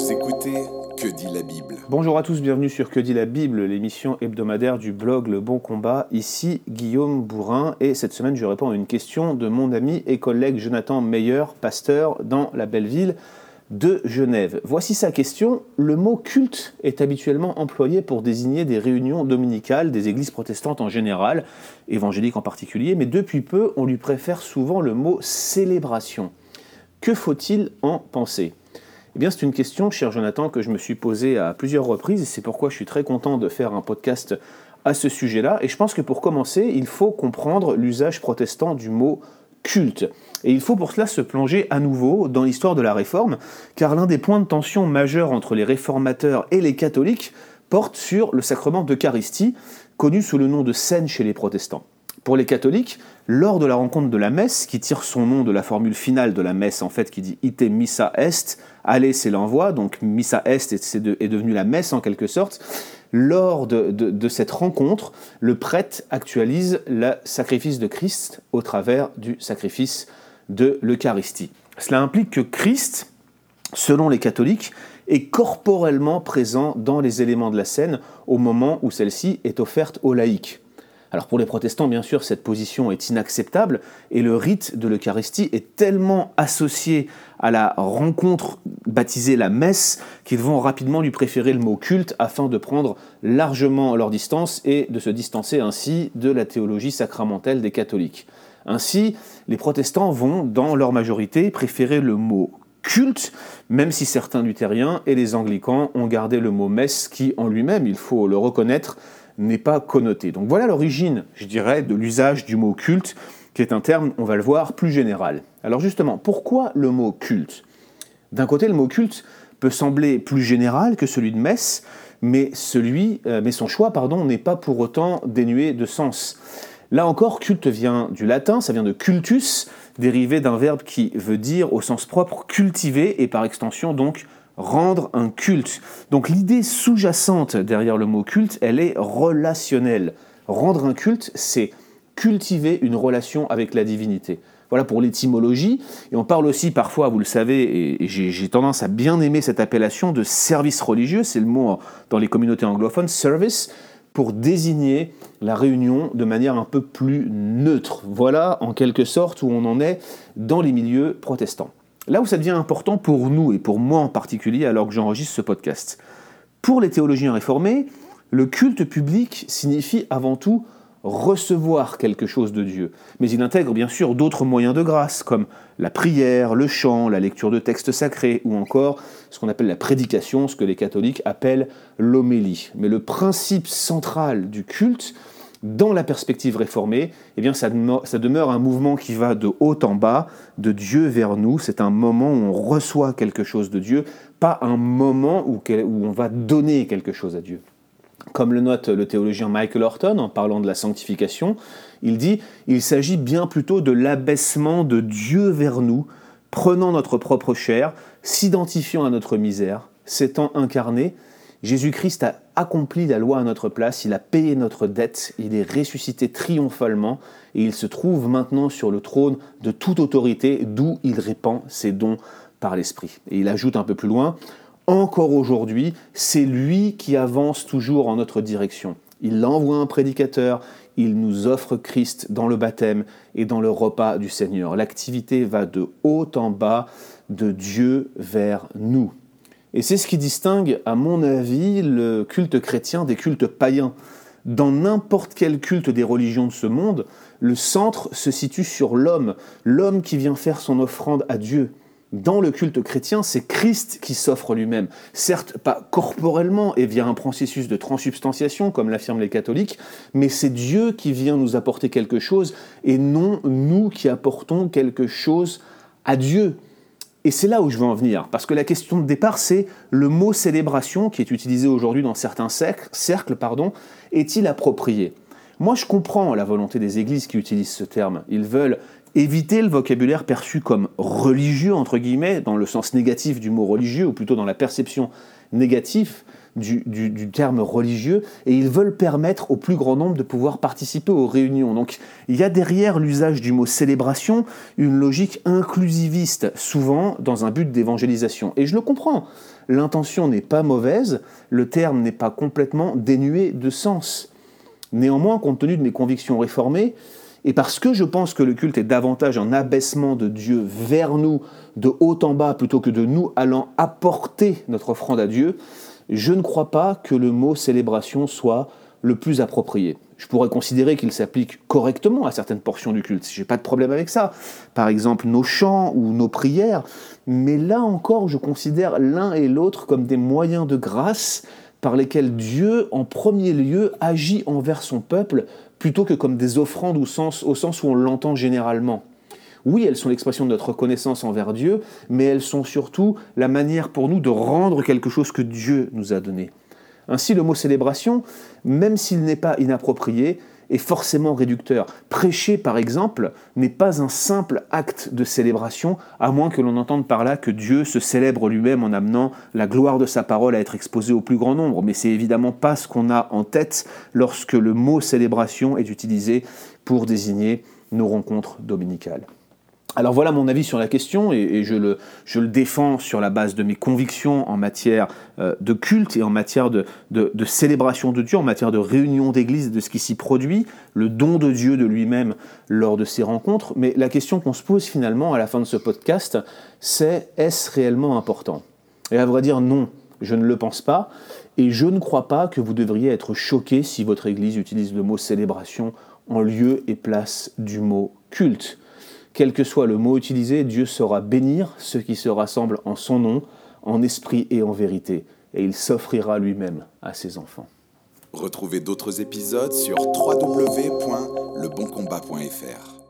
Vous écoutez Que dit la Bible ? Bonjour à tous, bienvenue sur Que dit la Bible, l'émission hebdomadaire du blog Le Bon Combat. Ici Guillaume Bourrin et cette semaine je réponds à une question de mon ami et collègue Jonathan Meyer, pasteur dans la belle ville de Genève. Voici sa question. Le mot culte est habituellement employé pour désigner des réunions dominicales des églises protestantes en général, évangéliques en particulier, mais depuis peu on lui préfère souvent le mot célébration. Que faut-il en penser ? Eh bien, c'est une question, cher Jonathan, que je me suis posée à plusieurs reprises, et c'est pourquoi je suis très content de faire un podcast à ce sujet-là. Et je pense que pour commencer, il faut comprendre l'usage protestant du mot culte. Et il faut pour cela se plonger à nouveau dans l'histoire de la Réforme, car l'un des points de tension majeurs entre les réformateurs et les catholiques porte sur le sacrement d'Eucharistie, connu sous le nom de scène chez les protestants. Pour les catholiques, lors de la rencontre de la messe, qui tire son nom de la formule finale de la messe, en fait, qui dit « ite missa est », « aller c'est l'envoi », donc « missa est » est devenu la messe en quelque sorte. Lors de cette rencontre, le prêtre actualise le sacrifice de Christ au travers du sacrifice de l'Eucharistie. Cela implique que Christ, selon les catholiques, est corporellement présent dans les éléments de la scène au moment où celle-ci est offerte aux laïcs. Alors pour les protestants, bien sûr, cette position est inacceptable et le rite de l'Eucharistie est tellement associé à la rencontre baptisée la messe qu'ils vont rapidement lui préférer le mot culte afin de prendre largement leur distance et de se distancer ainsi de la théologie sacramentelle des catholiques. Ainsi, les protestants vont, dans leur majorité, préférer le mot culte, même si certains luthériens et les anglicans ont gardé le mot messe qui, en lui-même, il faut le reconnaître, n'est pas connoté. Donc voilà l'origine, je dirais, de l'usage du mot culte, qui est un terme, on va le voir, plus général. Alors justement, pourquoi le mot culte ? D'un côté, le mot culte peut sembler plus général que celui de messe, mais son choix n'est pas pour autant dénué de sens. Là encore, culte vient du latin, ça vient de cultus, dérivé d'un verbe qui veut dire au sens propre cultiver et par extension donc rendre un culte. Donc l'idée sous-jacente derrière le mot culte, elle est relationnelle. Rendre un culte, c'est cultiver une relation avec la divinité. Voilà pour l'étymologie. Et on parle aussi parfois, vous le savez, et j'ai tendance à bien aimer cette appellation de service religieux, c'est le mot dans les communautés anglophones, service, pour désigner la réunion de manière un peu plus neutre. Voilà en quelque sorte où on en est dans les milieux protestants. Là où ça devient important pour nous, et pour moi en particulier, alors que j'enregistre ce podcast. Pour les théologiens réformés, le culte public signifie avant tout recevoir quelque chose de Dieu. Mais il intègre bien sûr d'autres moyens de grâce, comme la prière, le chant, la lecture de textes sacrés, ou encore ce qu'on appelle la prédication, ce que les catholiques appellent l'homélie. Mais le principe central du culte, dans la perspective réformée, eh bien ça demeure un mouvement qui va de haut en bas, de Dieu vers nous. C'est un moment où on reçoit quelque chose de Dieu, pas un moment où on va donner quelque chose à Dieu. Comme le note le théologien Michael Horton en parlant de la sanctification, il dit « Il s'agit bien plutôt de l'abaissement de Dieu vers nous, prenant notre propre chair, s'identifiant à notre misère, s'étant incarné. Jésus-Christ a accompli la loi à notre place, il a payé notre dette, il est ressuscité triomphalement et il se trouve maintenant sur le trône de toute autorité d'où il répand ses dons par l'Esprit. » Et il ajoute un peu plus loin « Encore aujourd'hui, c'est lui qui avance toujours en notre direction. Il envoie un prédicateur, il nous offre Christ dans le baptême et dans le repas du Seigneur. L'activité va de haut en bas, de Dieu vers nous. » Et c'est ce qui distingue, à mon avis, le culte chrétien des cultes païens. Dans n'importe quel culte des religions de ce monde, le centre se situe sur l'homme qui vient faire son offrande à Dieu. Dans le culte chrétien, c'est Christ qui s'offre lui-même. Certes, pas corporellement et via un processus de transsubstantiation, comme l'affirment les catholiques, mais c'est Dieu qui vient nous apporter quelque chose et non nous qui apportons quelque chose à Dieu. Et c'est là où je veux en venir, parce que la question de départ, c'est le mot célébration, qui est utilisé aujourd'hui dans certains cercles, est-il approprié ? Moi, je comprends la volonté des églises qui utilisent ce terme. Ils veulent Éviter le vocabulaire perçu comme religieux, entre guillemets, dans le sens négatif du mot religieux, ou plutôt dans la perception négative du terme religieux, et ils veulent permettre au plus grand nombre de pouvoir participer aux réunions. Donc il y a derrière l'usage du mot célébration une logique inclusiviste, souvent dans un but d'évangélisation. Et je le comprends, l'intention n'est pas mauvaise, le terme n'est pas complètement dénué de sens. Néanmoins, compte tenu de mes convictions réformées, et parce que je pense que le culte est davantage un abaissement de Dieu vers nous, de haut en bas, plutôt que de nous allant apporter notre offrande à Dieu, je ne crois pas que le mot célébration soit le plus approprié. Je pourrais considérer qu'il s'applique correctement à certaines portions du culte, je n'ai pas de problème avec ça. Par exemple, nos chants ou nos prières, mais là encore, je considère l'un et l'autre comme des moyens de grâce par lesquels Dieu, en premier lieu, agit envers son peuple, plutôt que comme des offrandes au sens où on l'entend généralement. Oui, elles sont l'expression de notre reconnaissance envers Dieu, mais elles sont surtout la manière pour nous de rendre quelque chose que Dieu nous a donné. Ainsi, le mot célébration, même s'il n'est pas inapproprié, est forcément réducteur. Prêcher, par exemple, n'est pas un simple acte de célébration, à moins que l'on entende par là que Dieu se célèbre lui-même en amenant la gloire de sa parole à être exposée au plus grand nombre. Mais c'est évidemment pas ce qu'on a en tête lorsque le mot célébration est utilisé pour désigner nos rencontres dominicales. Alors voilà mon avis sur la question, et je le défends sur la base de mes convictions en matière de culte et en matière de célébration de Dieu, en matière de réunion d'église, de ce qui s'y produit, le don de Dieu de lui-même lors de ces rencontres. Mais la question qu'on se pose finalement à la fin de ce podcast, c'est: est-ce réellement important ? Et à vrai dire, non, je ne le pense pas, et je ne crois pas que vous devriez être choqué si votre église utilise le mot célébration en lieu et place du mot culte. Quel que soit le mot utilisé, Dieu saura bénir ceux qui se rassemblent en son nom, en esprit et en vérité, et il s'offrira lui-même à ses enfants. Retrouvez d'autres épisodes sur www.leboncombat.fr.